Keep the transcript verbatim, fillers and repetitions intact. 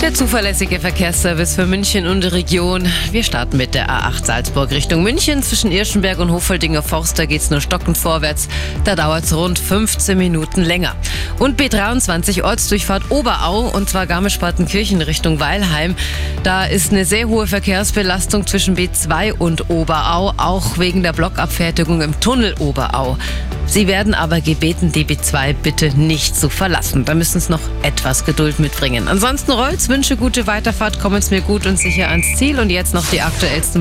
Der zuverlässige Verkehrsservice für München und die Region. Wir starten mit der A acht Salzburg Richtung München. Zwischen Irschenberg und Hofoldinger Forst, da geht es nur stockend vorwärts. Da dauert es rund fünfzehn Minuten länger. Und B dreiundzwanzig Ortsdurchfahrt Oberau, und zwar Garmisch-Partenkirchen Richtung Weilheim. Da ist eine sehr hohe Verkehrsbelastung zwischen B zwei und Oberau, auch wegen der Blockabfertigung im Tunnel Oberau. Sie werden aber gebeten, die B zwei bitte nicht zu verlassen. Da müssen Sie noch etwas Geduld mitbringen. Ansonsten rollt's, wünsche gute Weiterfahrt, kommen Sie mir gut und sicher ans Ziel. Und jetzt noch die aktuellsten